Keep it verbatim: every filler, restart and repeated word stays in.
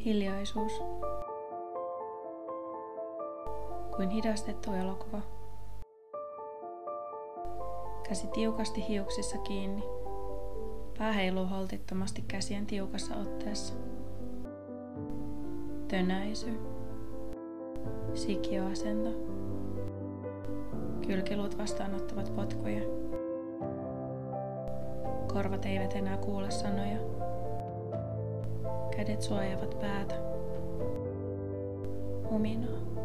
Hiljaisuus. Kuin hidastettu elokuva. Käsi tiukasti hiuksissa kiinni. Pää heiluu holtittomasti käsien tiukassa otteessa. Tönäisy. Sikioasento. Kylkiluut vastaanottavat potkuja. Korvat eivät enää kuule sanoja. Kädet suojaavat päätä. Huminaa.